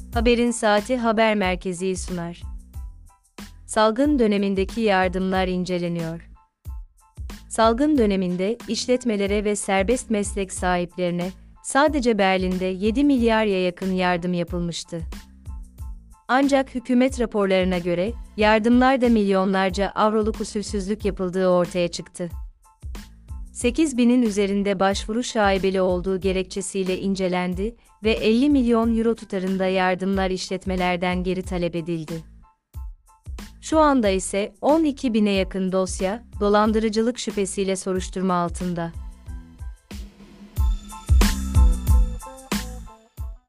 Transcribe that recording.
Haberin Saati haber merkezi sunar. Salgın dönemindeki yardımlar inceleniyor. Salgın döneminde işletmelere ve serbest meslek sahiplerine sadece Berlin'de 7 milyarya yakın yardım yapılmıştı. Ancak hükümet raporlarına göre yardımlarda milyonlarca avroluk usulsüzlük yapıldığı ortaya çıktı. 8 binin üzerinde başvuru şaibeli olduğu gerekçesiyle incelendi ve 50 milyon euro tutarında yardımlar işletmelerden geri talep edildi. Şu anda ise 12 bine yakın dosya, dolandırıcılık şüphesiyle soruşturma altında.